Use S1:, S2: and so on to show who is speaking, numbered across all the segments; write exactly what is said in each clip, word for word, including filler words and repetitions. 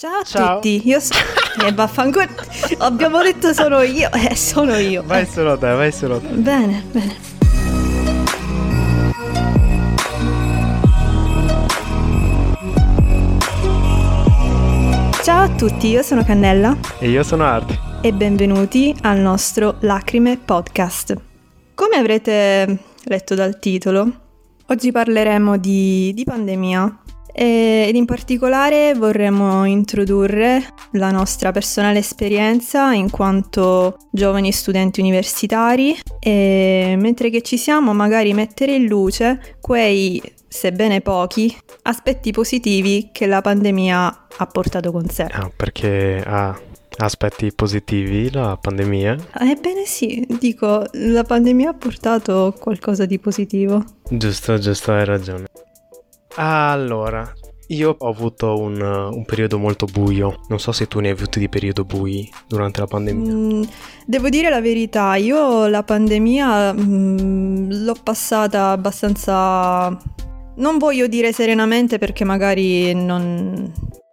S1: Ciao a
S2: Ciao.
S1: tutti, io sono... E eh, vaffanculo, abbiamo detto sono io, eh, sono io.
S2: Vai
S1: eh.
S2: solo te, vai solo te.
S1: Bene, bene. Ciao a tutti, io sono Cannella
S2: E io sono Arte.
S1: e benvenuti al nostro Lacrime Podcast. Come avrete letto dal titolo, oggi parleremo di, di pandemia e, ed in particolare vorremmo introdurre la nostra personale esperienza in quanto giovani studenti universitari e mentre che ci siamo magari mettere in luce quei, sebbene pochi, aspetti positivi che la pandemia ha portato con sé.
S2: Ah, perché ha aspetti positivi la pandemia?
S1: Ebbene sì, dico, la pandemia ha portato qualcosa di positivo.
S2: Giusto, giusto, hai ragione. Allora, io ho avuto un, un periodo molto buio. Non so se tu ne hai avuti di periodo bui durante la pandemia.
S1: Mm, devo dire la verità, io la pandemia mm, l'ho passata abbastanza... Non voglio dire serenamente perché magari non...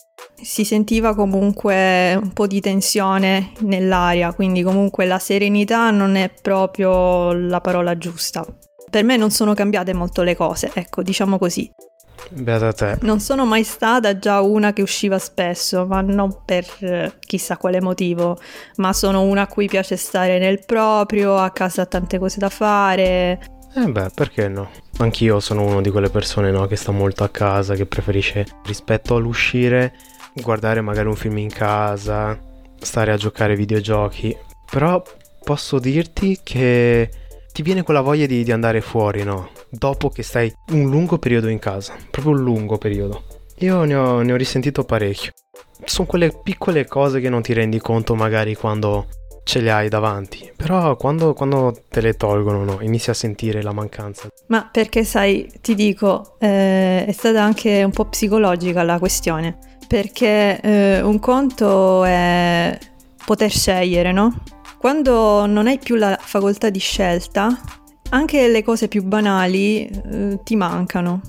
S1: si sentiva comunque un po' di tensione nell'aria, quindi comunque la serenità non è proprio la parola giusta. Per me non sono cambiate molto le cose, ecco, diciamo così.
S2: Beata te.
S1: Non sono mai stata già una che usciva spesso, ma non per eh, chissà quale motivo, ma sono una a cui piace stare nel proprio, a casa ha tante cose da fare.
S2: Eh beh, perché no? Anch'io sono uno di quelle persone, no, che sta molto a casa, che preferisce rispetto all'uscire guardare magari un film in casa, stare a giocare ai videogiochi. Però posso dirti che ti viene quella voglia di, di andare fuori, no? Dopo che stai un lungo periodo in casa, proprio un lungo periodo. Io ne ho, ne ho risentito parecchio. Sono quelle piccole cose che non ti rendi conto magari quando ce le hai davanti, però quando, quando te le tolgono, no? Inizi a sentire la mancanza.
S1: Ma perché sai, ti dico, eh, è stata anche un po' psicologica la questione, perché eh, un conto è poter scegliere, no? Quando non hai più la facoltà di scelta, anche le cose più banali eh, ti mancano.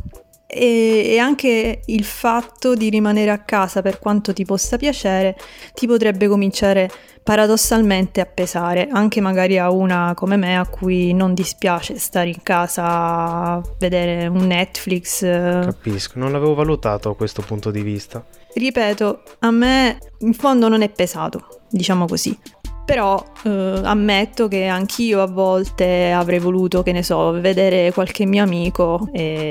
S1: E, e anche il fatto di rimanere a casa, per quanto ti possa piacere, ti potrebbe cominciare paradossalmente a pesare, anche magari a una come me a cui non dispiace stare in casa a vedere un Netflix.
S2: Capisco, non l'avevo valutato a questo punto di vista.
S1: Ripeto, a me in fondo non è pesato, diciamo così. Però eh, ammetto che anch'io a volte avrei voluto, che ne so, vedere qualche mio amico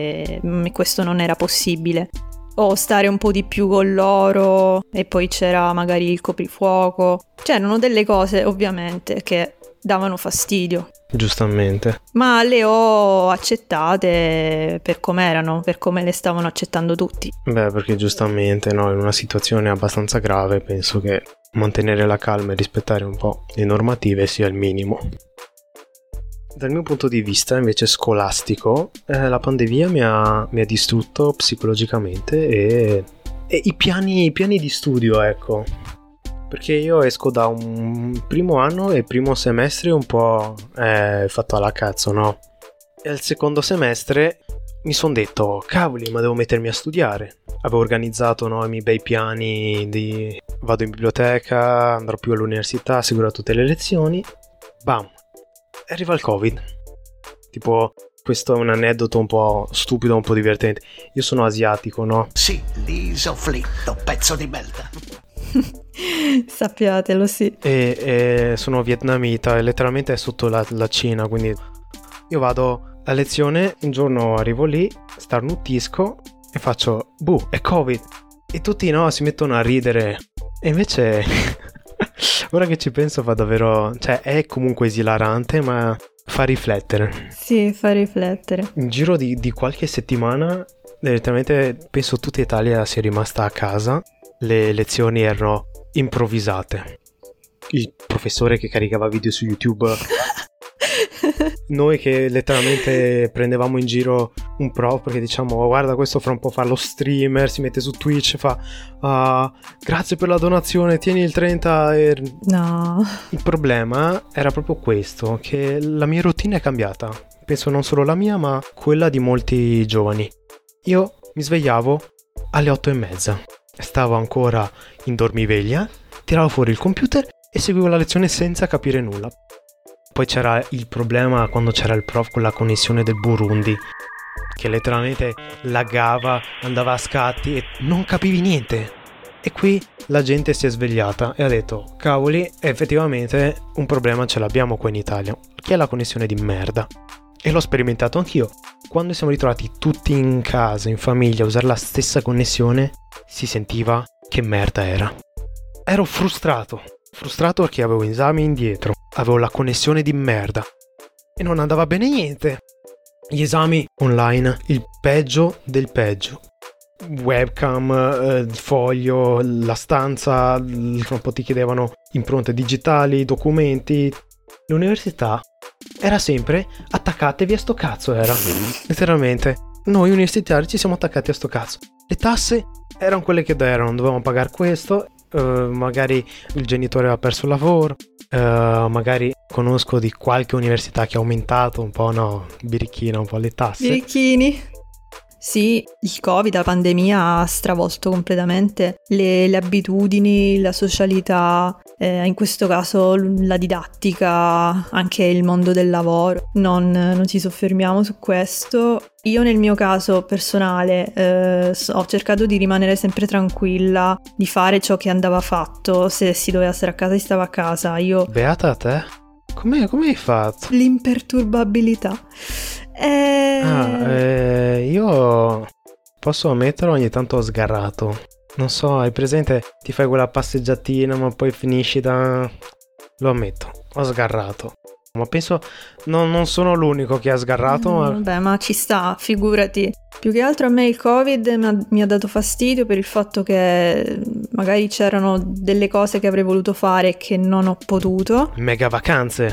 S1: e questo non era possibile. O stare un po' di più con loro e poi c'era magari il coprifuoco. C'erano delle cose ovviamente che davano fastidio.
S2: Giustamente.
S1: Ma le ho accettate per come erano, per come le stavano accettando tutti.
S2: Beh, perché giustamente, no, in una situazione abbastanza grave penso che mantenere la calma e rispettare un po' le normative sia il minimo. Dal mio punto di vista invece scolastico, eh, la pandemia mi ha, mi ha distrutto psicologicamente e, e i piani, i piani di studio, ecco. Perché io esco da un primo anno e primo semestre un po' eh, fatto alla cazzo, no? E al secondo semestre mi son detto, cavoli, ma devo mettermi a studiare. Avevo organizzato, no, i miei bei piani di vado in biblioteca, andrò più all'università, seguirò tutte le lezioni. Bam! Arriva il Covid. Tipo, questo è un aneddoto un po' stupido, un po' divertente. Io sono asiatico, no?
S3: Sì, l'isoflitto, pezzo di merda.
S1: Sappiatelo, sì.
S2: E, e sono vietnamita e letteralmente è sotto la, la Cina, quindi io vado a lezione, un giorno arrivo lì, starnutisco e faccio, buh, è Covid. E tutti, no, si mettono a ridere. E invece, ora che ci penso fa davvero, cioè è comunque esilarante, ma fa riflettere.
S1: Sì, fa riflettere.
S2: In giro di, di qualche settimana, letteralmente penso tutta Italia sia rimasta a casa. Le lezioni erano improvvisate. Il professore che caricava video su YouTube, noi che letteralmente prendevamo in giro un pro perché diciamo guarda questo fra un po' fa lo streamer, si mette su Twitch, fa uh, grazie per la donazione, tieni il trenta e...
S1: No.
S2: Il problema era proprio questo, che la mia routine è cambiata. Penso non solo la mia ma quella di molti giovani. Io mi svegliavo alle otto e mezza stavo ancora in dormiveglia, tiravo fuori il computer e seguivo la lezione senza capire nulla. Poi c'era il problema quando c'era il prof con la connessione del Burundi, che letteralmente laggava, andava a scatti e non capivi niente. E qui la gente si è svegliata e ha detto: cavoli, effettivamente un problema ce l'abbiamo qua in Italia, che è la connessione di merda. E l'ho sperimentato anch'io. Quando siamo ritrovati tutti in casa, in famiglia, a usare la stessa connessione, si sentiva che merda era. Ero frustrato, frustrato perché avevo esami indietro, avevo la connessione di merda e non andava bene niente. Gli esami online, il peggio del peggio. Webcam, eh, foglio, la stanza, un po' ti chiedevano impronte digitali, documenti. L'università era sempre attaccatevi a sto cazzo, era letteralmente noi universitari ci siamo attaccati a sto cazzo. Le tasse erano quelle che erano, dovevamo pagare questo, eh, magari il genitore aveva perso il lavoro, eh, magari conosco di qualche università che ha aumentato un po', no, birichina, un po' le tasse.
S1: Birichini. Sì, il Covid, la pandemia ha stravolto completamente le, le abitudini, la socialità, eh, in questo caso la didattica, anche il mondo del lavoro. Non, non ci soffermiamo su questo. Io nel mio caso personale eh, ho cercato di rimanere sempre tranquilla, di fare ciò che andava fatto. Se si doveva stare a casa, si stava a casa. Io...
S2: Beata te? Come hai fatto?
S1: L'imperturbabilità. Eh...
S2: Ah, eh, io posso ammetterlo, ogni tanto ho sgarrato. Non so, hai presente? Ti fai quella passeggiatina ma poi finisci da... Lo ammetto, ho sgarrato. Ma penso non, non sono l'unico che ha sgarrato.
S1: Mm,
S2: ma...
S1: Vabbè, ma ci sta, figurati. Più che altro a me il Covid mi ha, mi ha dato fastidio per il fatto che magari c'erano delle cose che avrei voluto fare che non ho potuto.
S2: Mega vacanze.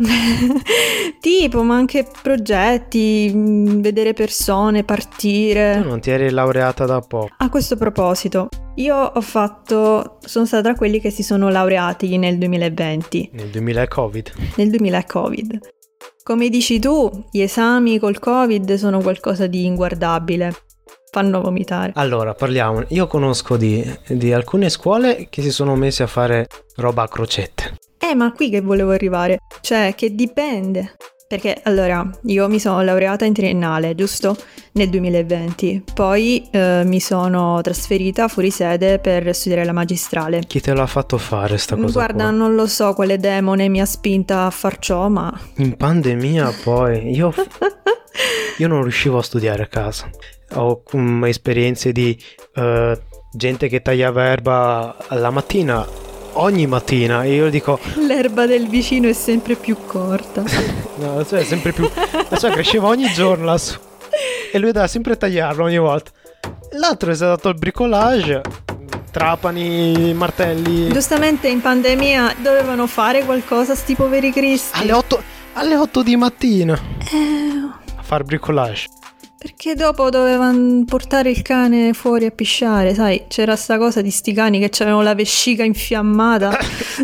S1: Tipo, ma anche progetti, vedere persone, partire.
S2: Tu non ti eri laureata da poco.
S1: A questo proposito, io ho fatto, sono stata tra quelli che si sono laureati nel duemilaventi.
S2: Nel duemila Covid.
S1: Nel duemila Covid. Come dici tu, gli esami col Covid sono qualcosa di inguardabile. Fanno vomitare.
S2: Allora, parliamo. Io conosco di, di alcune scuole che si sono messe a fare roba a crocette.
S1: Eh, ma qui che volevo arrivare? Cioè, che dipende. Perché, allora, io mi sono laureata in triennale, giusto? Nel duemilaventi. Poi eh, mi sono trasferita fuori sede per studiare la magistrale.
S2: Chi te l'ha fatto fare sta cosa?
S1: Guarda,
S2: qua?
S1: non lo so quale demone mi ha spinta a far ciò, ma...
S2: In pandemia poi, io, io non riuscivo a studiare a casa. Ho um, esperienze di uh, gente che tagliava erba alla mattina, ogni mattina, e io dico...
S1: L'erba del vicino è sempre più corta.
S2: No, cioè, sempre più... Cioè, cresceva ogni giorno lassù. E lui doveva sempre tagliarlo ogni volta. L'altro è stato il bricolage, trapani, martelli.
S1: Giustamente in pandemia dovevano fare qualcosa sti poveri cristi.
S2: Alle otto, alle otto di mattina.
S1: Eh...
S2: A far bricolage.
S1: Perché dopo dovevano portare il cane fuori a pisciare, sai? C'era sta cosa di sti cani che avevano la vescica infiammata.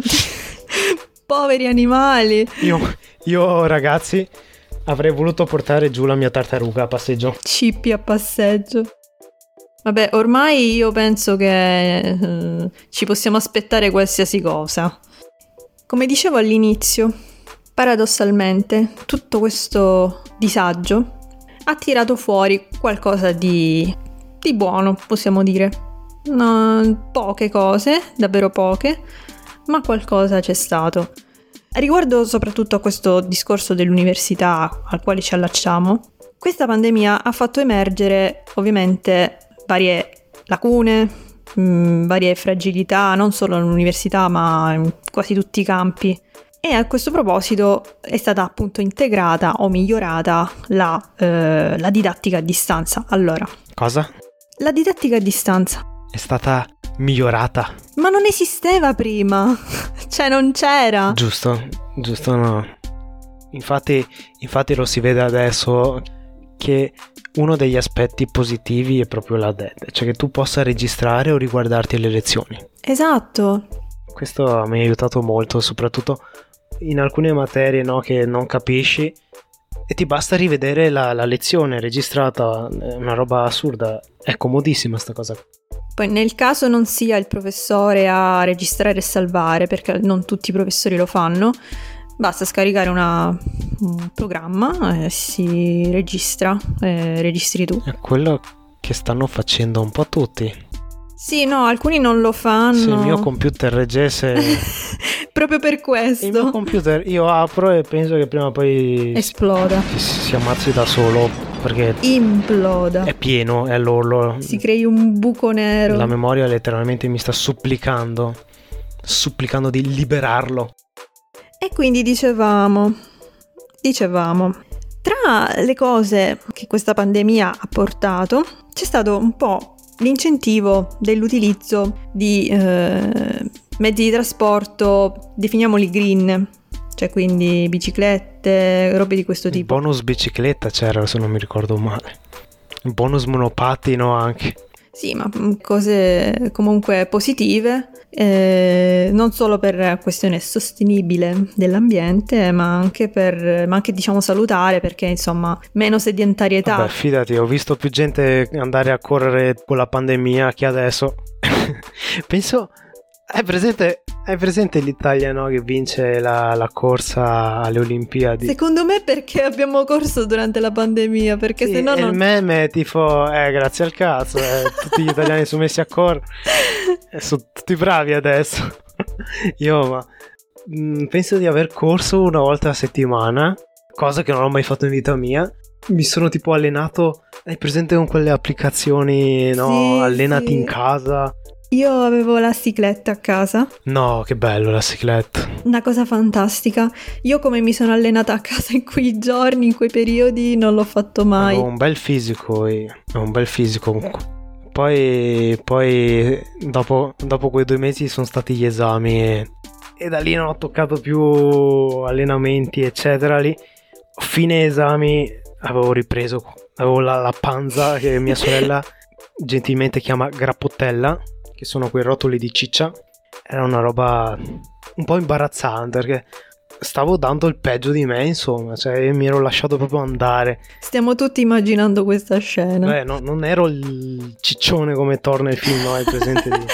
S1: Poveri animali.
S2: Io, io, ragazzi, avrei voluto portare giù la mia tartaruga a passeggio.
S1: Cippi a passeggio. Vabbè, ormai io penso che eh, ci possiamo aspettare qualsiasi cosa. Come dicevo all'inizio, paradossalmente, tutto questo disagio ha tirato fuori qualcosa di, di buono, possiamo dire. No, poche cose, davvero poche, ma qualcosa c'è stato. Riguardo soprattutto a questo discorso dell'università al quale ci allacciamo, questa pandemia ha fatto emergere ovviamente varie lacune, mh, varie fragilità, non solo nell'università ma in quasi tutti i campi. E a questo proposito è stata appunto integrata o migliorata la, eh, la didattica a distanza. Allora,
S2: cosa?
S1: La didattica a distanza
S2: è stata migliorata.
S1: Ma non esisteva prima, cioè non c'era.
S2: Giusto, giusto no. Infatti, infatti lo si vede adesso che uno degli aspetti positivi è proprio la D E D, cioè che tu possa registrare o riguardarti le lezioni.
S1: Esatto.
S2: Questo mi ha aiutato molto, soprattutto in alcune materie, no, che non capisci e ti basta rivedere la, la lezione registrata, è una roba assurda, è comodissima sta cosa.
S1: Poi nel caso non sia il professore a registrare e salvare, perché non tutti i professori lo fanno, basta scaricare una, un programma e si registra, e registri tu.
S2: È quello che stanno facendo un po' tutti.
S1: Sì, no, alcuni non lo fanno.
S2: Se il mio computer reggesse...
S1: Proprio per questo.
S2: Il mio computer io apro e penso che prima o poi...
S1: esploda.
S2: Si, si ammazzi da solo, perché...
S1: imploda.
S2: È pieno, è all'orlo.
S1: Si crei un buco nero.
S2: La memoria letteralmente mi sta supplicando, supplicando di liberarlo.
S1: E quindi dicevamo, dicevamo, tra le cose che questa pandemia ha portato, c'è stato un po' l'incentivo dell'utilizzo di eh, mezzi di trasporto, definiamoli green, cioè quindi biciclette, robe di questo tipo.
S2: Il bonus bicicletta c'era, se non mi ricordo male. Il bonus monopattino anche.
S1: Sì, ma cose comunque positive, eh, non solo per questione sostenibile dell'ambiente, ma anche per, ma anche diciamo salutare, perché insomma meno sedentarietà.
S2: Vabbè, fidati, ho visto più gente andare a correre con la pandemia che adesso. Penso, hai presente, hai presente l'Italia, no, che vince la, la corsa alle Olimpiadi?
S1: Secondo me perché abbiamo corso durante la pandemia, perché
S2: sì,
S1: se no non...
S2: il meme è tipo, eh, grazie al cazzo, eh, tutti gli italiani sono messi a correre, eh, sono tutti bravi adesso. Io, ma mh, penso di aver corso una volta a settimana, cosa che non ho mai fatto in vita mia. Mi sono tipo allenato, hai presente con quelle applicazioni, no,
S1: sì,
S2: allenati
S1: sì.
S2: in casa?
S1: Io avevo la cicletta a casa.
S2: No, che bello la cicletta.
S1: Una cosa fantastica. Io come mi sono allenata a casa in quei giorni, in quei periodi, non l'ho fatto mai.
S2: Avevo un bel fisico, io. un bel fisico. Poi, poi dopo, dopo quei due mesi sono stati gli esami e, e da lì non ho toccato più allenamenti, eccetera. Lì, fine esami, avevo ripreso, avevo la, la panza che mia sorella gentilmente chiama grappottella, che sono quei rotoli di ciccia. Era una roba un po' imbarazzante, perché stavo dando il peggio di me, insomma, cioè mi ero lasciato proprio andare.
S1: Stiamo tutti immaginando questa scena.
S2: Beh, no, non ero il ciccione come torna il film, no? Hai presente di...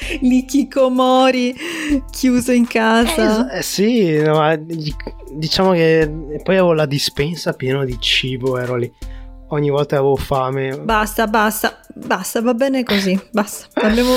S1: L'Hikikomori chiuso in casa.
S2: Eh, eh sì, no, ma diciamo che poi avevo la dispensa piena di cibo, ero lì. Ogni volta avevo fame.
S1: Basta, basta, basta, va bene così, basta. Abbiamo...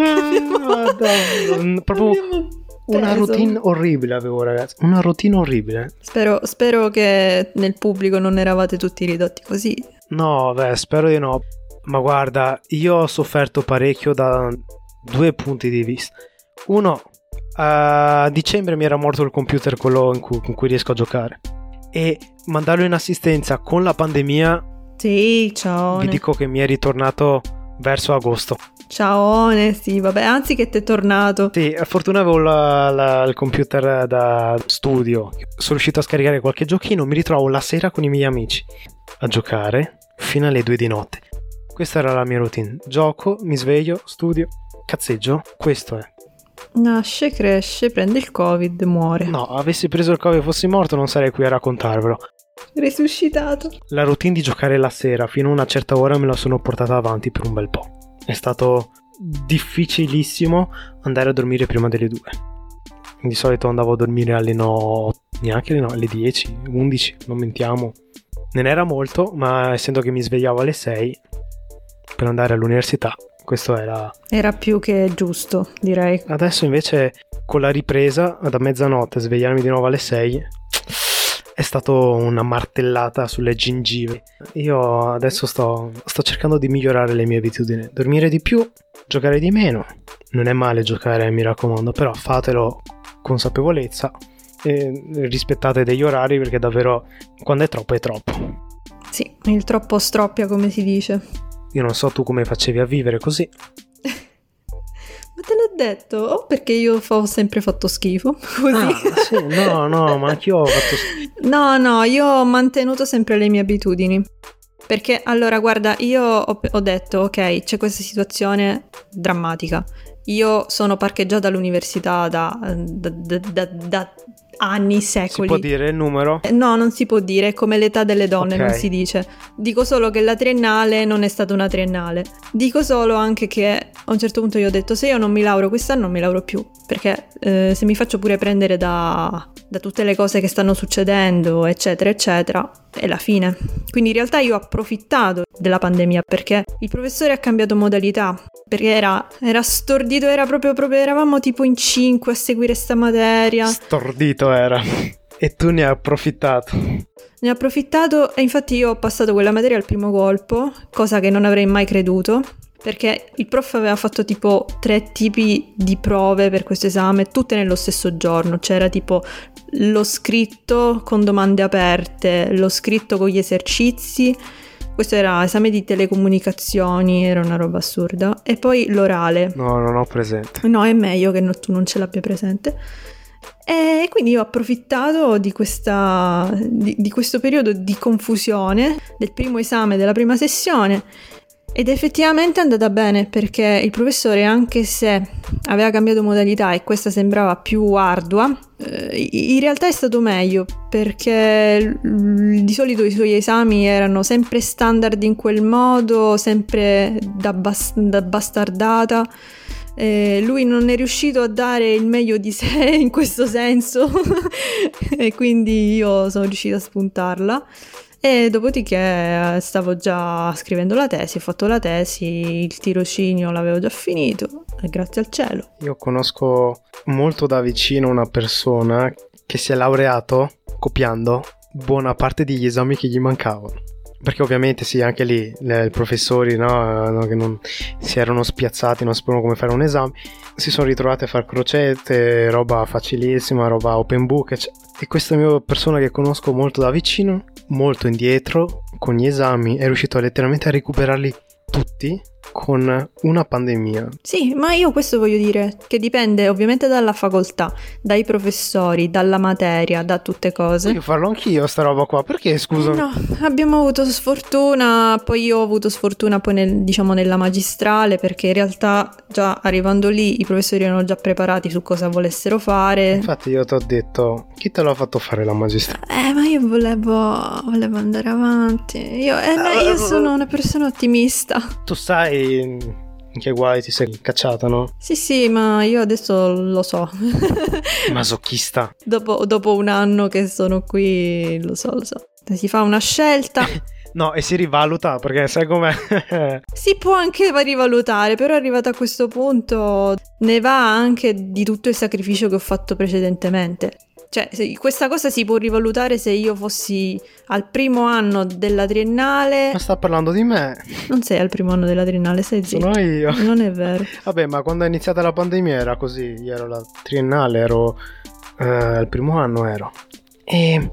S2: Madonna, proprio
S1: abbiamo
S2: una
S1: preso.
S2: routine orribile avevo, ragazzi. Una routine orribile.
S1: Spero, spero che nel pubblico non eravate tutti ridotti così.
S2: No, beh, spero di no. Ma guarda, io ho sofferto parecchio da due punti di vista. Uno, a dicembre mi era morto il computer, quello in cui, con cui riesco a giocare. E mandarlo in assistenza con la pandemia...
S1: Sì, ciao.
S2: Vi dico che mi è ritornato verso agosto.
S1: Ciao, sì, vabbè, anzi che ti è tornato.
S2: Sì, a fortuna avevo la, la, il computer da studio. Sono riuscito a scaricare qualche giochino. Mi ritrovo la sera con i miei amici a giocare fino alle due di notte. Questa era la mia routine. Gioco, mi sveglio, studio, cazzeggio. Questo è.
S1: Nasce, cresce, prende il Covid, muore.
S2: No, avessi preso il Covid e fossi morto non sarei qui a raccontarvelo.
S1: Risuscitato.
S2: La routine di giocare la sera fino a una certa ora me la sono portata avanti per un bel po'. È stato difficilissimo andare a dormire prima delle due. Di solito andavo a dormire alle no, neanche alle, no, alle dieci, undici, non mentiamo. Non era molto, ma essendo che mi svegliavo alle sei per andare all'università, questo era...
S1: Era più che giusto, direi.
S2: Adesso invece con la ripresa da mezzanotte svegliarmi di nuovo alle sei è stato una martellata sulle gengive. Io adesso sto, sto cercando di migliorare le mie abitudini. Dormire di più, giocare di meno. Non è male giocare, mi raccomando, però fatelo con consapevolezza e rispettate degli orari, perché davvero quando è troppo è troppo.
S1: Sì, il troppo stroppia, come si dice.
S2: Io non so tu come facevi a vivere così.
S1: Ma te l'ho detto, o perché io ho sempre fatto schifo, così.
S2: Ah, sì, no, no, ma anch'io ho fatto schifo.
S1: No, no, io ho mantenuto sempre le mie abitudini. Perché, allora, guarda, io ho, ho detto, ok, c'è questa situazione drammatica. io sono parcheggiata all'università da, da, da, da, da anni, secoli.
S2: Si può dire il numero?
S1: No, non si può dire, è come l'età delle donne, okay. Non si dice. Dico solo che la triennale non è stata una triennale. Dico solo anche che a un certo punto io ho detto, se io non mi laureo quest'anno non mi laureo più, perché eh, se mi faccio pure prendere da, da tutte le cose che stanno succedendo, eccetera, eccetera, è la fine. Quindi in realtà io ho approfittato della pandemia perché il professore ha cambiato modalità, perché era, era stordito, era proprio, proprio, eravamo tipo in cinque a seguire sta materia.
S2: Stordito era. E tu ne hai approfittato.
S1: Ne ho approfittato e infatti io ho passato quella materia al primo colpo, cosa che non avrei mai creduto, perché il prof aveva fatto tipo tre tipi di prove per questo esame, tutte nello stesso giorno. C'era tipo lo scritto con domande aperte, lo scritto con gli esercizi, questo era esame di telecomunicazioni, era una roba assurda, e poi l'orale.
S2: No, non ho presente.
S1: No, è meglio che no, tu non ce l'abbia presente. E quindi io ho approfittato di, questa, di, di questo periodo di confusione del primo esame della prima sessione, ed effettivamente è andata bene, perché il professore, anche se aveva cambiato modalità e questa sembrava più ardua, eh, in realtà è stato meglio, perché di solito i suoi esami erano sempre standard in quel modo, sempre da, bas- da bastardata. Eh, lui non è riuscito a dare il meglio di sé in questo senso e quindi io sono riuscita a spuntarla. E dopodiché stavo già scrivendo la tesi, ho fatto la tesi, il tirocinio l'avevo già finito, e grazie al cielo.
S2: Io conosco molto da vicino una persona che si è laureato copiando buona parte degli esami che gli mancavano. Perché ovviamente sì, anche lì i professori, no, no, che non si erano spiazzati, non sapevano come fare un esame, si sono ritrovati a fare crocette, roba facilissima, roba open book, eccetera. E questa mia persona che conosco molto da vicino, molto indietro con gli esami, è riuscito letteralmente a recuperarli tutti con una pandemia.
S1: Sì, ma io questo voglio dire, che dipende ovviamente dalla facoltà, dai professori, dalla materia, da tutte cose.
S2: Voglio farlo anch'io sta roba qua, perché scusa?
S1: Eh no, abbiamo avuto sfortuna, poi io ho avuto sfortuna poi nel, diciamo nella magistrale, perché in realtà già arrivando lì i professori erano già preparati su cosa volessero fare.
S2: Infatti io ti ho detto, chi te l'ha fatto fare la magistrale?
S1: Eh ma io volevo, volevo andare avanti, io, eh, no, io sono una persona ottimista.
S2: Tu sai in che guai ti sei cacciata, no?
S1: Sì, sì, ma io adesso lo so.
S2: Masochista.
S1: Dopo, dopo un anno che sono qui, lo so, lo so. Si fa una scelta.
S2: No, e si rivaluta, perché sai com'è?
S1: Si può anche rivalutare, però arrivato a questo punto ne va anche di tutto il sacrificio che ho fatto precedentemente. Cioè, se, questa cosa si può rivalutare se io fossi al primo anno della triennale.
S2: Ma sta parlando di me?
S1: Non sei al primo anno della triennale, sei zitto.
S2: Sono io.
S1: Non è vero.
S2: Vabbè, ma quando è iniziata la pandemia era così. Io ero la triennale, ero eh, al primo anno ero. E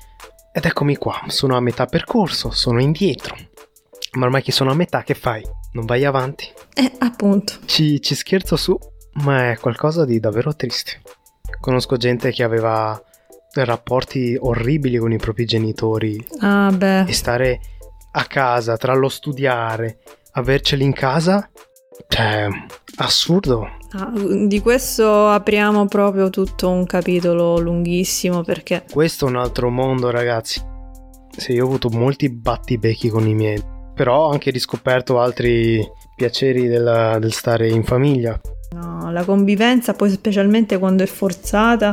S2: ed eccomi qua, sono a metà percorso, sono indietro. Ma ormai che sono a metà, che fai? Non vai avanti?
S1: Eh, appunto.
S2: Ci, ci scherzo su, ma è qualcosa di davvero triste. Conosco gente che aveva rapporti orribili con i propri genitori.
S1: Ah, beh.
S2: E stare a casa, tra lo studiare, averceli in casa, cioè, assurdo.
S1: Ah, di questo apriamo proprio tutto un capitolo lunghissimo, perché
S2: questo è un altro mondo, ragazzi. Sì, io ho avuto molti battibecchi con i miei, però ho anche riscoperto altri piaceri del, del stare in famiglia.
S1: No, la convivenza, poi specialmente quando è forzata,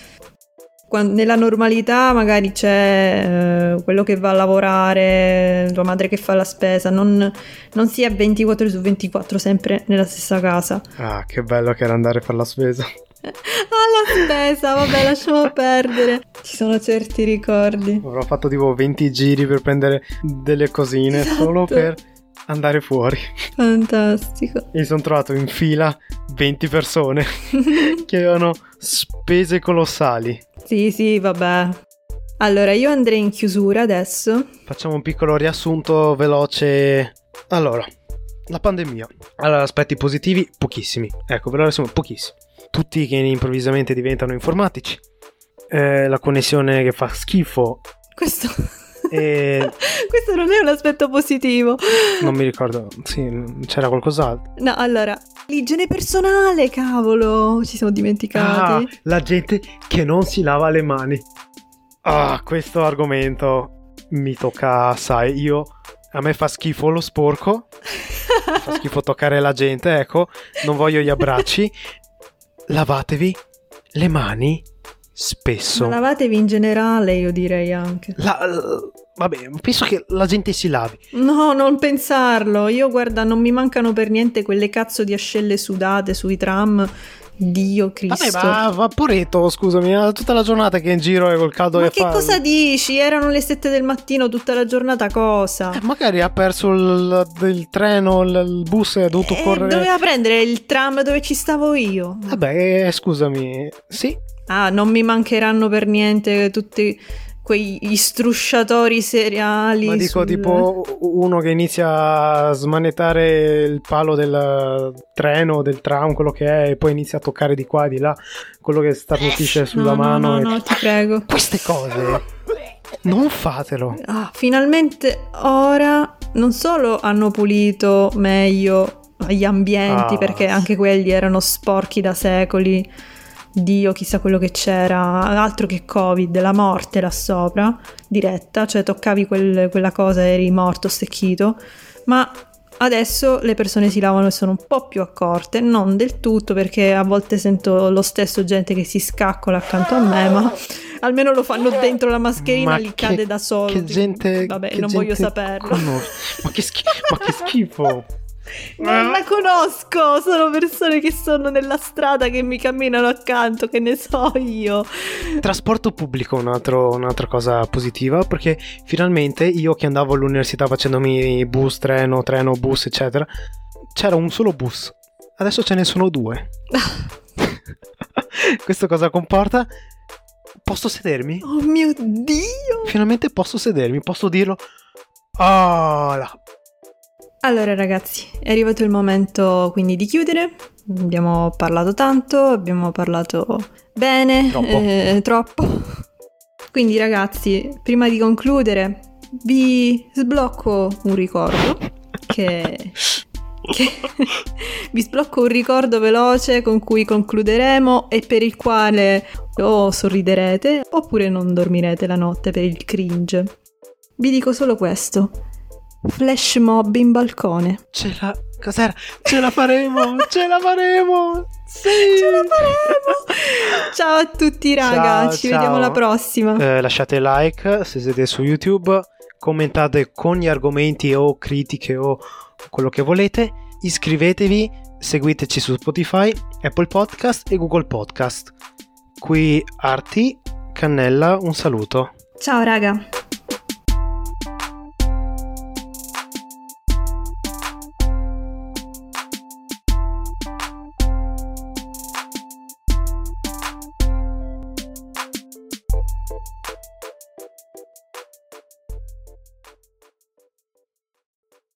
S1: quando nella normalità magari c'è eh, quello che va a lavorare, tua madre che fa la spesa, non, non si è ventiquattro ore su ventiquattro sempre nella stessa casa.
S2: Ah, che bello che era andare a fare la spesa.
S1: Ah, la spesa, vabbè, lasciamo perdere. Ci sono certi ricordi.
S2: Avrò fatto tipo venti giri per prendere delle cosine, esatto, solo per andare fuori.
S1: Fantastico.
S2: Mi sono trovato in fila venti persone che avevano spese colossali.
S1: Sì, sì, vabbè. Allora, io andrei in chiusura adesso.
S2: Facciamo un piccolo riassunto veloce. Allora, la pandemia. Allora, aspetti positivi, pochissimi. Ecco, ve lo riassumo, pochissimi. Tutti che improvvisamente diventano informatici. Eh, la connessione che fa schifo.
S1: Questo...
S2: E...
S1: questo non è un aspetto positivo.
S2: Non mi ricordo, sì, c'era qualcos'altro.
S1: No, allora, L'igiene personale, cavolo, ci siamo dimenticati.
S2: Ah, la gente che non si lava le mani. Ah, questo argomento mi tocca, sai, io a me fa schifo lo sporco, fa schifo toccare la gente, ecco, non voglio gli abbracci. Lavatevi le mani spesso.
S1: Ma lavatevi in generale, io direi anche.
S2: La, vabbè, penso che la gente si lavi.
S1: No, non pensarlo. Io, guarda, non mi mancano per niente quelle cazzo di ascelle sudate sui tram. Dio Cristo.
S2: Vabbè, ma Vaporetto, scusami, tutta la giornata che è in giro e col caldo
S1: ma
S2: che
S1: che
S2: fa. Ma che
S1: cosa dici? Erano le sette del mattino tutta la giornata, cosa?
S2: Eh, magari ha perso il, il treno, il, il bus e ha dovuto
S1: eh,
S2: correre.
S1: Doveva prendere il tram dove ci stavo io.
S2: Vabbè, eh, scusami, sì.
S1: Ah, non mi mancheranno per niente tutti quei strusciatori seriali.
S2: Ma dico
S1: sul...
S2: tipo uno che inizia a smanettare il palo del treno, del tram, quello che è, e poi inizia a toccare di qua e di là, quello che starnutisce sulla
S1: no,
S2: mano.
S1: No, no,
S2: e...
S1: no, ti prego.
S2: Queste cose non fatelo.
S1: Ah, finalmente ora non solo hanno pulito meglio gli ambienti,
S2: ah,
S1: perché anche quelli erano sporchi da secoli. Dio, chissà quello che c'era, altro che Covid, la morte là sopra, diretta, cioè toccavi quel, quella cosa e eri morto, stecchito, ma adesso le persone si lavano e sono un po' più accorte, non del tutto, perché a volte sento lo stesso gente che si scaccola accanto a me, ma almeno lo fanno dentro la mascherina,
S2: ma
S1: li
S2: che,
S1: cade da solo.
S2: Che gente,
S1: vabbè,
S2: che
S1: non
S2: gente
S1: voglio saperlo.
S2: Conosce. Ma che schifo, ma che schifo.
S1: Non la conosco, sono persone che sono nella strada, che mi camminano accanto, che ne so io.
S2: Trasporto pubblico, un altro, un'altra cosa positiva, perché finalmente io che andavo all'università facendomi bus, treno, treno, bus, eccetera, c'era un solo bus, adesso ce ne sono due. Questo cosa comporta? Posso sedermi?
S1: Oh mio Dio!
S2: Finalmente posso sedermi, posso dirlo. Ah, là.
S1: Allora ragazzi, è arrivato il momento quindi di chiudere. Abbiamo parlato tanto, abbiamo parlato bene,
S2: Troppo.
S1: Eh, troppo. Quindi ragazzi, prima di concludere, vi sblocco un ricordo che... che vi sblocco un ricordo veloce con cui concluderemo e per il quale o sorriderete oppure non dormirete la notte per il cringe. Vi dico solo questo: flash mob in balcone.
S2: Ce la... cos'era? Ce la faremo, ce la faremo. Sì,
S1: ce la faremo. Ciao a tutti raga,
S2: ciao,
S1: ci
S2: ciao.
S1: vediamo alla prossima.
S2: Eh, lasciate like se siete su YouTube, commentate con gli argomenti o critiche o quello che volete, iscrivetevi, seguiteci su Spotify, Apple Podcast e Google Podcast. Qui Arti, Cannella, un saluto.
S1: Ciao raga.